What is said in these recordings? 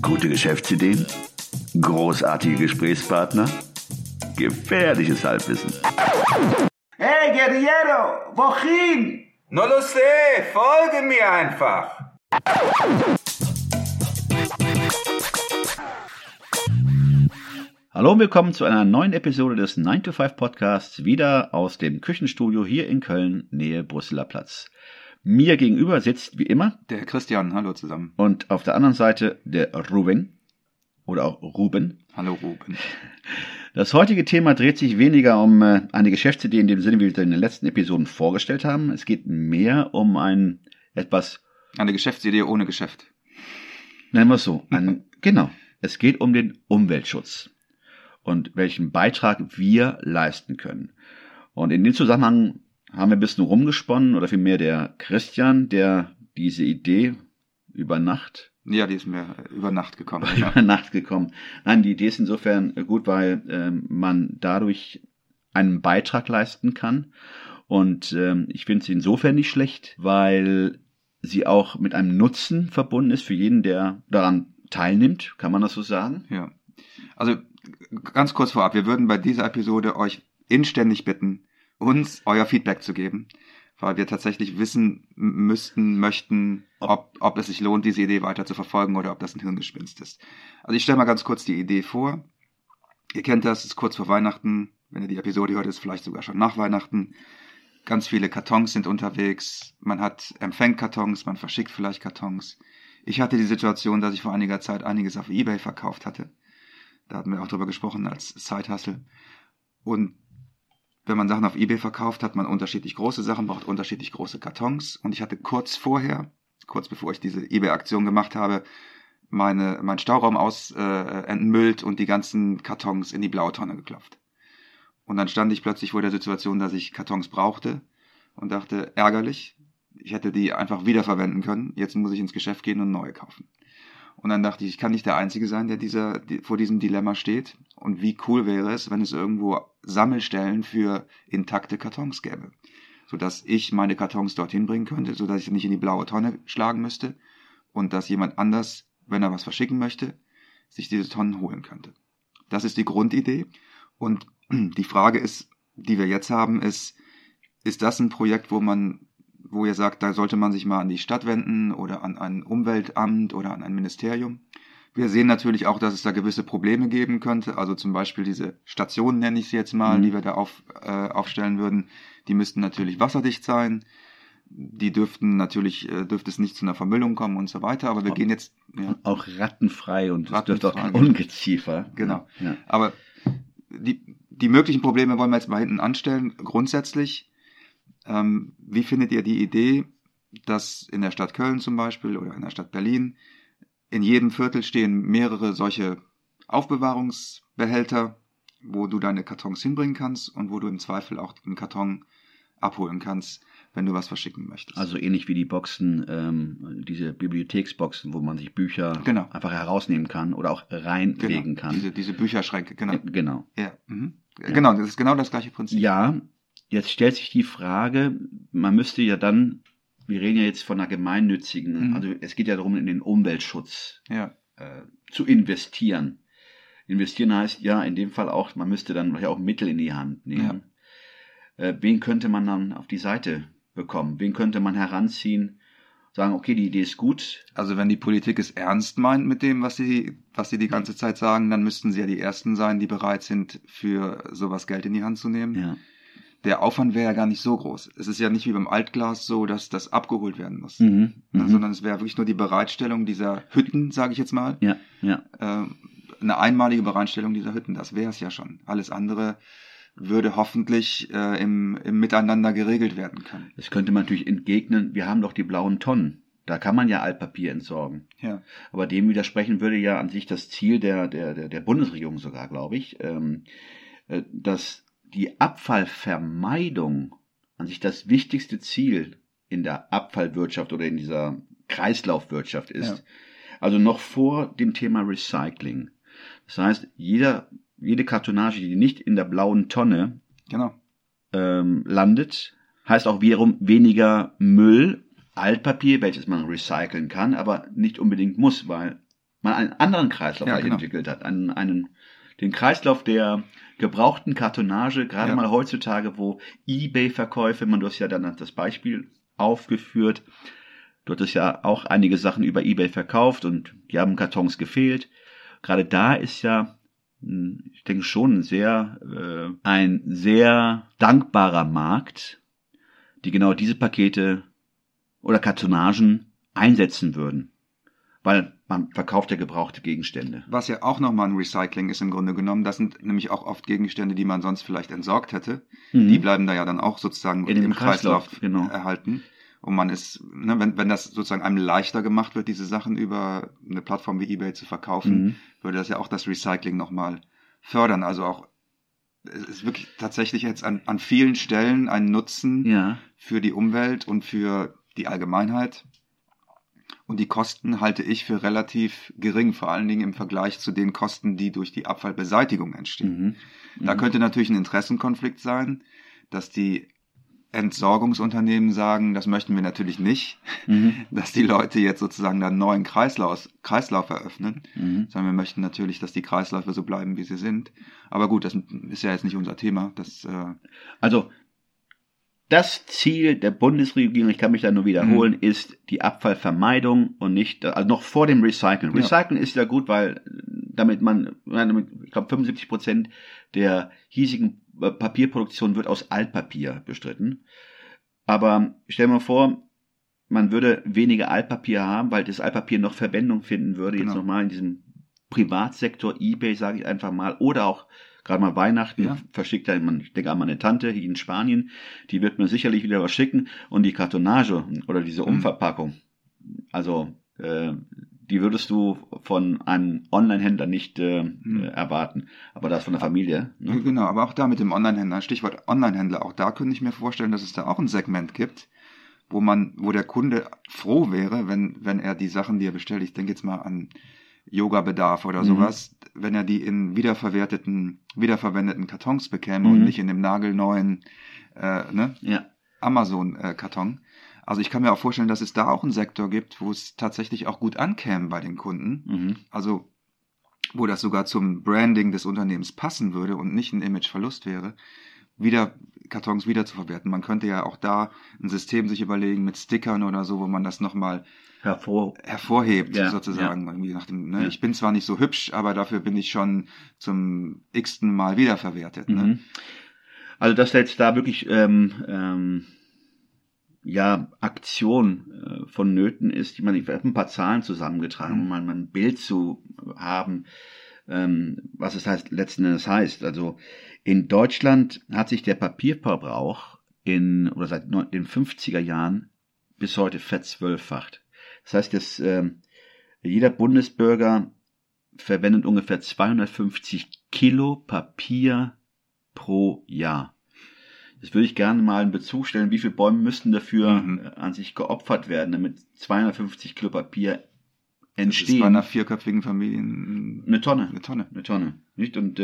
Gute Geschäftsideen? Großartige Gesprächspartner? Gefährliches Halbwissen. Hey, Guerriero, wohin? No lo sé, folge mir einfach. Hallo und willkommen zu einer neuen Episode des 9 to 5 Podcasts, wieder aus dem Küchenstudio hier in Köln, Nähe Brüsseler Platz. Mir gegenüber sitzt wie immer Der Christian, hallo zusammen. und auf der anderen Seite der Ruben oder auch Ruben. Hallo Ruben. Das heutige Thema dreht sich weniger um eine Geschäftsidee in dem Sinne, wie wir es in den letzten Episoden vorgestellt haben. Es geht mehr um ein etwas, Eine Geschäftsidee ohne Geschäft. nennen wir es so, genau, es geht um den Umweltschutz und welchen Beitrag wir leisten können. Und in dem Zusammenhang haben wir ein bisschen rumgesponnen, oder vielmehr der Christian, der diese Idee über Nacht Ja, die ist mir über Nacht gekommen. über Nacht gekommen. Nein, die Idee ist insofern gut, weil man dadurch einen Beitrag leisten kann. Und ich finde sie insofern nicht schlecht, weil sie auch mit einem Nutzen verbunden ist für jeden, der daran teilnimmt. Kann man das so sagen? Ja. Also ganz kurz vorab, wir würden bei dieser Episode euch inständig bitten, uns euer Feedback zu geben, weil wir tatsächlich wissen möchten, ob es sich lohnt, diese Idee weiter zu verfolgen oder ob das ein Hirngespinst ist. Also ich stelle mal ganz kurz die Idee vor. Ihr kennt das, es ist kurz vor Weihnachten. Wenn ihr die Episode hört, ist es vielleicht sogar schon nach Weihnachten. Ganz viele Kartons sind unterwegs. Man empfängt Kartons, man verschickt vielleicht Kartons. Ich hatte die Situation, dass ich vor einiger Zeit einiges auf eBay verkauft hatte. Da hatten wir auch drüber gesprochen als Side-Hustle. Und wenn man Sachen auf eBay verkauft, hat man unterschiedlich große Sachen, braucht unterschiedlich große Kartons. Und ich hatte kurz bevor ich diese eBay-Aktion gemacht habe, meinen Stauraum entmüllt und die ganzen Kartons in die blaue Tonne geklopft. Und dann stand ich plötzlich vor der Situation, dass ich Kartons brauchte und dachte, ärgerlich, ich hätte die einfach wiederverwenden können. Jetzt muss ich ins Geschäft gehen und neue kaufen. Und dann dachte ich kann nicht der Einzige sein, der vor diesem Dilemma steht. Und wie cool wäre es, wenn es irgendwo Sammelstellen für intakte Kartons gäbe, sodass ich meine Kartons dorthin bringen könnte, sodass ich nicht in die blaue Tonne schlagen müsste und dass jemand anders, wenn er was verschicken möchte, sich diese Tonnen holen könnte. Das ist die Grundidee. Und die Frage ist, die wir jetzt haben, ist das ein Projekt, wo ihr sagt, da sollte man sich mal an die Stadt wenden oder an ein Umweltamt oder an ein Ministerium? Wir sehen natürlich auch, dass es da gewisse Probleme geben könnte. Also zum Beispiel diese Stationen, nenne ich sie jetzt mal, die wir da aufstellen würden, die müssten natürlich wasserdicht sein. Die dürfte es nicht zu einer Vermüllung kommen und so weiter. Aber wir gehen jetzt... Ja. Auch rattenfrei und es dürfte auch kein Genau. Ungeziefer. Genau. Ja. Aber die möglichen Probleme wollen wir jetzt mal hinten anstellen. Grundsätzlich, wie findet ihr die Idee, dass in der Stadt Köln zum Beispiel oder in der Stadt Berlin in jedem Viertel stehen mehrere solche Aufbewahrungsbehälter, wo du deine Kartons hinbringen kannst und wo du im Zweifel auch einen Karton abholen kannst, wenn du was verschicken möchtest. Also ähnlich wie die Boxen, diese Bibliotheksboxen, wo man sich Bücher Genau. einfach herausnehmen kann oder auch reinlegen kann. Diese Bücherschränke, genau. Genau. Ja. Genau, das ist genau das gleiche Prinzip. Ja, jetzt stellt sich die Frage, man müsste ja dann, wir reden ja jetzt von einer gemeinnützigen, also es geht ja darum, in den Umweltschutz zu investieren. Investieren heißt ja in dem Fall auch, man müsste dann vielleicht auch Mittel in die Hand nehmen. Ja. Wen könnte man dann auf die Seite bekommen? Wen könnte man heranziehen? Sagen, okay, die Idee ist gut. Also wenn die Politik es ernst meint mit dem, was sie die ganze Zeit sagen, dann müssten sie ja die Ersten sein, die bereit sind, für sowas Geld in die Hand zu nehmen. Ja. Der Aufwand wäre ja gar nicht so groß. Es ist ja nicht wie beim Altglas so, dass das abgeholt werden muss. Sondern es wäre wirklich nur die Bereitstellung dieser Hütten, sage ich jetzt mal. Ja. Eine einmalige Bereitstellung dieser Hütten, das wäre es ja schon. Alles andere würde hoffentlich im Miteinander geregelt werden können. Das könnte man natürlich entgegnen, wir haben doch die blauen Tonnen. Da kann man ja Altpapier entsorgen. Ja. Aber dem widersprechen würde ja an sich das Ziel der Bundesregierung sogar, glaube ich, dass die Abfallvermeidung an sich das wichtigste Ziel in der Abfallwirtschaft oder in dieser Kreislaufwirtschaft ist. Ja. Also noch vor dem Thema Recycling. Das heißt, jede Kartonage, die nicht in der blauen Tonne landet, heißt auch wiederum weniger Müll, Altpapier, welches man recyceln kann, aber nicht unbedingt muss, weil mal einen anderen Kreislauf entwickelt hat. Den Kreislauf der gebrauchten Kartonage, gerade mal heutzutage, wo eBay-Verkäufe, du hast ja dann das Beispiel aufgeführt, du hattest ja auch einige Sachen über eBay verkauft und die haben Kartons gefehlt. Gerade da ist ja, ich denke schon, ein sehr dankbarer Markt, die genau diese Pakete oder Kartonagen einsetzen würden. Weil man verkauft ja gebrauchte Gegenstände. Was ja auch nochmal ein Recycling ist im Grunde genommen. Das sind nämlich auch oft Gegenstände, die man sonst vielleicht entsorgt hätte. Die bleiben da ja dann auch sozusagen im Kreislauf erhalten. Und man ist, wenn das sozusagen einem leichter gemacht wird, diese Sachen über eine Plattform wie eBay zu verkaufen, würde das ja auch das Recycling nochmal fördern. Also auch, es ist wirklich tatsächlich jetzt an vielen Stellen ein Nutzen für die Umwelt und für die Allgemeinheit. Und die Kosten halte ich für relativ gering, vor allen Dingen im Vergleich zu den Kosten, die durch die Abfallbeseitigung entstehen. Da könnte natürlich ein Interessenkonflikt sein, dass die Entsorgungsunternehmen sagen, das möchten wir natürlich nicht, dass die Leute jetzt sozusagen da einen neuen Kreislauf eröffnen, sondern wir möchten natürlich, dass die Kreisläufe so bleiben, wie sie sind. Aber gut, das ist ja jetzt nicht unser Thema. Also das Ziel der Bundesregierung, ich kann mich da nur wiederholen, ist die Abfallvermeidung und nicht, also noch vor dem Recyceln. Recyceln ist ja gut, weil damit ich glaube 75% der hiesigen Papierproduktion wird aus Altpapier bestritten. Aber stell dir mal vor, man würde weniger Altpapier haben, weil das Altpapier noch Verwendung finden würde, jetzt nochmal in diesem Privatsektor, eBay, sage ich einfach mal, oder auch gerade mal Weihnachten, verschickt ich denke an meine Tante hier in Spanien, die wird mir sicherlich wieder was schicken und die Kartonage oder diese Umverpackung, also die würdest du von einem Online-Händler nicht erwarten, aber das von der Familie. Ne? Genau, aber auch da mit dem Online-Händler, Stichwort Online-Händler, auch da könnte ich mir vorstellen, dass es da auch ein Segment gibt, wo der Kunde froh wäre, wenn er die Sachen, die er bestellt, ich denke jetzt mal an Yoga-Bedarf oder sowas, wenn er die in wiederverwendeten Kartons bekäme und nicht in dem nagelneuen Amazon-Karton. Also ich kann mir auch vorstellen, dass es da auch einen Sektor gibt, wo es tatsächlich auch gut ankäme bei den Kunden. Also wo das sogar zum Branding des Unternehmens passen würde und nicht ein Imageverlust wäre, Kartons wiederzuverwerten. Man könnte ja auch da ein System sich überlegen mit Stickern oder so, wo man das nochmal hervorhebt, sozusagen. Irgendwie nach dem, ich bin zwar nicht so hübsch, aber dafür bin ich schon zum x-ten Mal wiederverwertet. Ne? Also dass jetzt da wirklich Aktion vonnöten ist, ich habe ein paar Zahlen zusammengetragen, um mal ein Bild zu haben, was es letzten Endes heißt. Also in Deutschland hat sich der Papierverbrauch seit den 50er Jahren bis heute verzwölffacht. Das heißt, dass jeder Bundesbürger verwendet ungefähr 250 Kilo Papier pro Jahr. Das würde ich gerne mal in Bezug stellen, wie viele Bäume müssten dafür an sich geopfert werden, damit 250 Kilo Papier entstehen. Das ist bei einer vierköpfigen Familie eine Tonne. Nicht? Und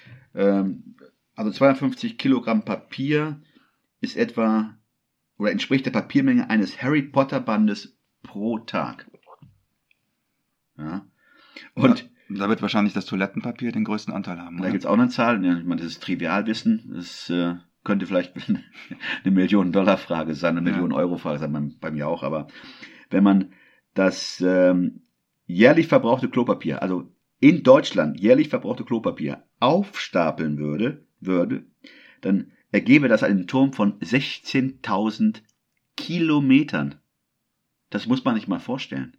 also 250 Kilogramm Papier ist entspricht der Papiermenge eines Harry Potter Bandes pro Tag. Ja. Und da wird wahrscheinlich das Toilettenpapier den größten Anteil haben. Da gibt es auch eine Zahl, ich meine, das ist Trivialwissen, das könnte vielleicht eine $1-Million-Frage sein, eine $1-Million-Frage sein, bei mir auch, aber wenn man das jährlich verbrauchte Klopapier, also in Deutschland jährlich verbrauchte Klopapier aufstapeln würde, dann ergebe das einen Turm von 16.000 Kilometern. Das muss man sich mal vorstellen.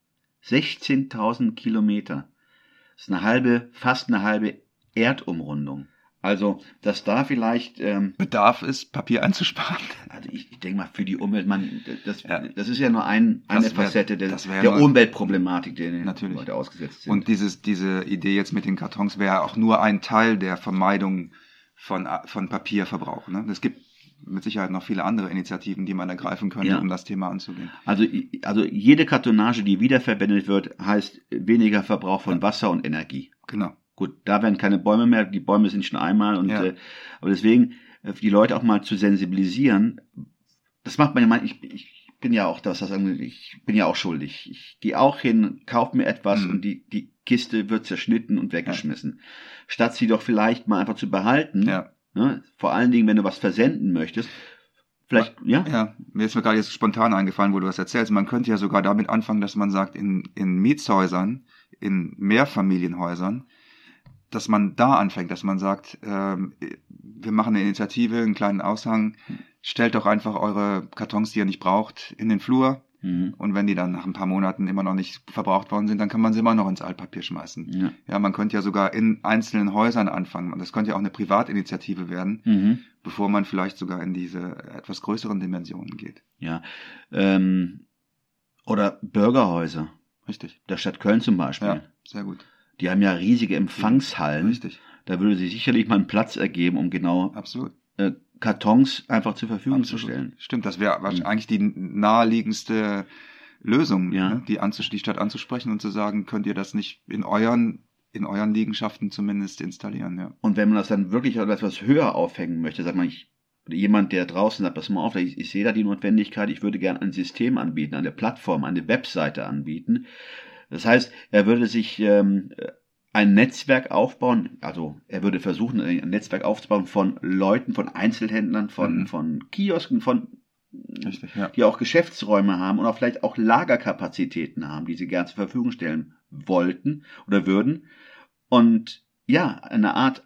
16.000 Kilometer. Das ist fast eine halbe Erdumrundung. Also, dass da vielleicht Bedarf ist, Papier einzusparen. Also ich denke mal, für die Umwelt, das ist ja nur eine Facette der Umweltproblematik, der die Leute ausgesetzt sind. Und diese Idee jetzt mit den Kartons wäre auch nur ein Teil der Vermeidung von Papierverbrauch. Ne? Es gibt mit Sicherheit noch viele andere Initiativen, die man ergreifen könnte, um das Thema anzugehen. Also jede Kartonage, die wiederverwendet wird, heißt weniger Verbrauch von Wasser und Energie. Genau. Gut, da werden keine Bäume mehr, die Bäume sind schon einmal aber deswegen die Leute auch mal zu sensibilisieren, das macht man ja mal, ich bin ja auch ich bin ja auch schuldig. Ich gehe auch hin, kaufe mir etwas und die Kiste wird zerschnitten und weggeschmissen. Statt sie doch vielleicht mal einfach zu behalten, ne? Vor allen Dingen, wenn du was versenden möchtest, vielleicht, Ja, mir ist mir gerade jetzt spontan eingefallen, wo du das erzählst. Man könnte ja sogar damit anfangen, dass man sagt, in Mietshäusern, in Mehrfamilienhäusern, dass man da anfängt, dass man sagt, wir machen eine Initiative, einen kleinen Aushang, stellt doch einfach eure Kartons, die ihr nicht braucht, in den Flur. Und wenn die dann nach ein paar Monaten immer noch nicht verbraucht worden sind, dann kann man sie immer noch ins Altpapier schmeißen. Ja, man könnte ja sogar in einzelnen Häusern anfangen. Und das könnte ja auch eine Privatinitiative werden, bevor man vielleicht sogar in diese etwas größeren Dimensionen geht. Ja. Oder Bürgerhäuser. Richtig. Der Stadt Köln zum Beispiel. Ja, sehr gut. Die haben ja riesige Empfangshallen. Richtig. Da würde sich sicherlich mal einen Platz ergeben, um genau Absolut. Kartons einfach zur Verfügung zu stellen. Stimmt, das wäre eigentlich die naheliegendste Lösung, ne? Die Stadt anzusprechen und zu sagen, könnt ihr das nicht in euren Liegenschaften zumindest installieren. Ja. Und wenn man das dann wirklich etwas höher aufhängen möchte, sagt man, jemand, der draußen sagt, pass mal auf, ich sehe da die Notwendigkeit, ich würde gerne ein System anbieten, eine Plattform, eine Webseite anbieten. Das heißt, er würde sich ein Netzwerk aufbauen, also er würde versuchen, ein Netzwerk aufzubauen von Leuten, von Einzelhändlern, von Kiosken, Richtig, ja. Die auch Geschäftsräume haben und auch vielleicht auch Lagerkapazitäten haben, die sie gern zur Verfügung stellen wollten oder würden. Und ja, eine Art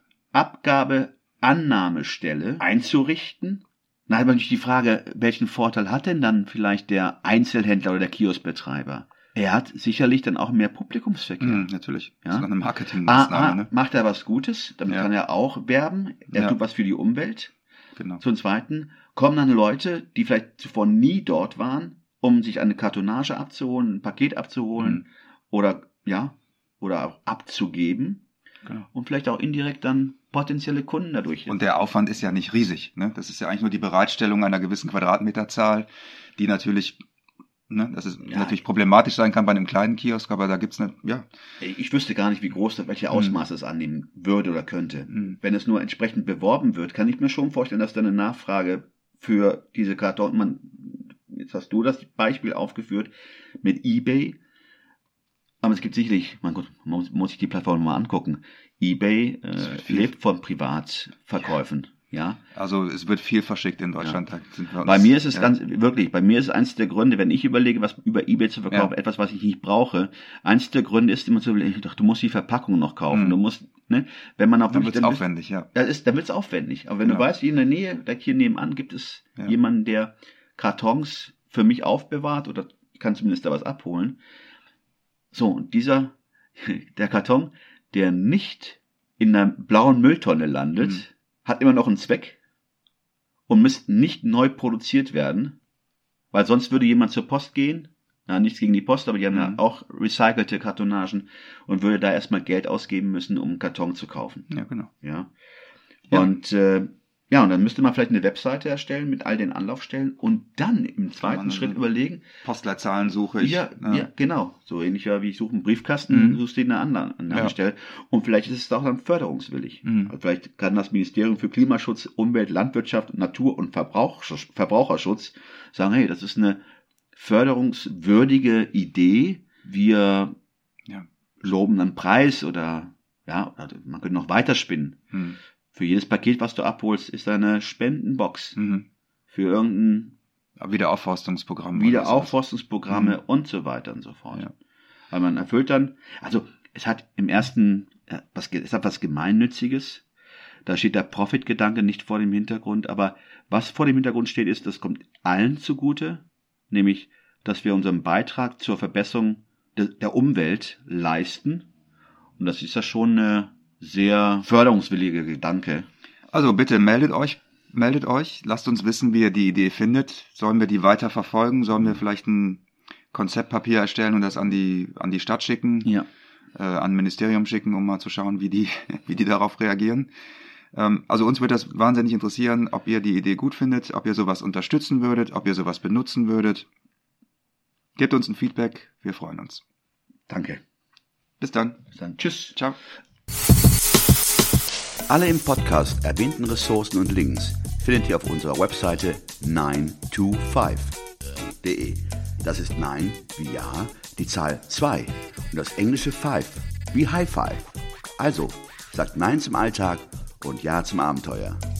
Abgabe-Annahmestelle einzurichten. Dann hat man natürlich die Frage, welchen Vorteil hat denn dann vielleicht der Einzelhändler oder der Kioskbetreiber? Er hat sicherlich dann auch mehr Publikumsverkehr. Natürlich. Ja? Das ist noch eine Marketingmaßnahme. Ne? Macht er was Gutes, damit kann er auch werben. Er tut was für die Umwelt. Genau. Zum Zweiten kommen dann Leute, die vielleicht zuvor nie dort waren, um sich eine Kartonage abzuholen, ein Paket abzuholen oder auch abzugeben. Genau. Und vielleicht auch indirekt dann potenzielle Kunden dadurch. Und der Aufwand ist ja nicht riesig. Ne? Das ist ja eigentlich nur die Bereitstellung einer gewissen Quadratmeterzahl, die natürlich... dass es natürlich problematisch sein kann bei einem kleinen Kiosk, aber da gibt's Ich wüsste gar nicht, welche Ausmaße es annehmen würde oder könnte. Wenn es nur entsprechend beworben wird, kann ich mir schon vorstellen, dass da eine Nachfrage für diese Karton, jetzt hast du das Beispiel aufgeführt mit eBay, aber es gibt sicherlich, man muss sich die Plattform mal angucken. eBay lebt von Privatverkäufen. Ja. Also es wird viel verschickt in Deutschland. Ja. Bei mir ist es bei mir ist eins der Gründe, wenn ich überlege, was über eBay zu verkaufen, etwas, was ich nicht brauche, eins der Gründe ist immer zu überlegen, du musst die Verpackung noch kaufen, du musst, ne, wenn man auch dann wird's aufwendig, dann wird's aufwendig. Aber wenn du weißt, hier in der Nähe, direkt hier nebenan gibt es jemanden, der Kartons für mich aufbewahrt oder ich kann zumindest da was abholen. So, und der Karton, der nicht in einer blauen Mülltonne landet, hat immer noch einen Zweck und müsste nicht neu produziert werden, weil sonst würde jemand zur Post gehen, nichts gegen die Post, aber die haben ja auch recycelte Kartonagen und würde da erstmal Geld ausgeben müssen, um einen Karton zu kaufen. Ja, genau. Ja. Und und dann müsste man vielleicht eine Webseite erstellen mit all den Anlaufstellen und dann im zweiten Schritt überlegen. Postleitzahlen suche ich. Ja, genau. So ähnlich wie ich suche einen Briefkasten, suchst du ihn an einer anderen Stelle. Und vielleicht ist es auch dann förderungswillig. Also vielleicht kann das Ministerium für Klimaschutz, Umwelt, Landwirtschaft, Natur und Verbraucherschutz sagen, hey, das ist eine förderungswürdige Idee. Wir loben einen Preis oder man könnte noch weiterspinnen. Für jedes Paket, was du abholst, ist eine Spendenbox. Für irgendein Wiederaufforstungsprogramme und so weiter und so fort. Ja. Weil man erfüllt dann, also es hat im ersten, es hat was Gemeinnütziges. Da steht der Profitgedanke nicht vor dem Hintergrund, aber was vor dem Hintergrund steht, ist, das kommt allen zugute, nämlich, dass wir unseren Beitrag zur Verbesserung der Umwelt leisten. Und das ist ja schon eine sehr förderungswilliger Gedanke. Also bitte meldet euch, lasst uns wissen, wie ihr die Idee findet. Sollen wir die weiter verfolgen? Sollen wir vielleicht ein Konzeptpapier erstellen und das an die Stadt schicken? Ja. An Ministerium schicken, um mal zu schauen, wie die darauf reagieren. Also uns würde das wahnsinnig interessieren, ob ihr die Idee gut findet, ob ihr sowas unterstützen würdet, ob ihr sowas benutzen würdet. Gebt uns ein Feedback, wir freuen uns. Danke. Bis dann. Tschüss. Ciao. Alle im Podcast erwähnten Ressourcen und Links findet ihr auf unserer Webseite 925. www.nein-2.de. Das ist Nein wie Ja, die Zahl 2 und das englische Five wie High Five. Also, sagt Nein zum Alltag und Ja zum Abenteuer.